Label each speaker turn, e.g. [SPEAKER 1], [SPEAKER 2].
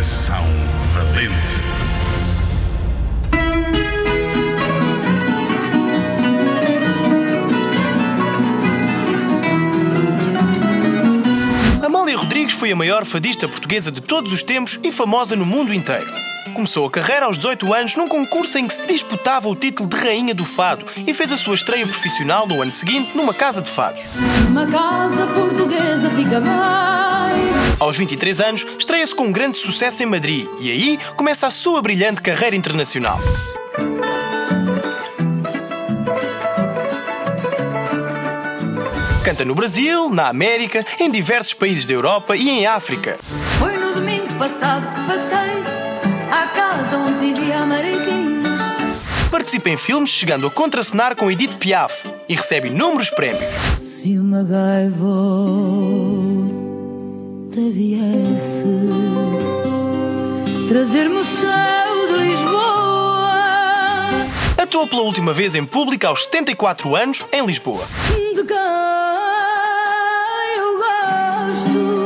[SPEAKER 1] Geração Valente.
[SPEAKER 2] Amália Rodrigues foi a maior fadista portuguesa de todos os tempos e famosa no mundo inteiro. Começou a carreira aos 18 anos num concurso em que se disputava o título de Rainha do Fado e fez a sua estreia profissional no ano seguinte numa casa de fados.
[SPEAKER 3] Uma casa portuguesa fica bem.
[SPEAKER 2] Aos 23 anos, estreia-se com um grande sucesso em Madrid e aí começa a sua brilhante carreira internacional. Canta no Brasil, na América, em diversos países da Europa e em África.
[SPEAKER 3] Foi no domingo passado que passei à casa onde vivia a Mariquinha.
[SPEAKER 2] Participa em filmes, chegando a contracenar com Edith Piaf e recebe inúmeros prémios.
[SPEAKER 3] Se uma gaivota viesse trazer-me o céu de Lisboa.
[SPEAKER 2] Atuou pela última vez em público aos 74 anos, em Lisboa.
[SPEAKER 3] De quem eu gosto.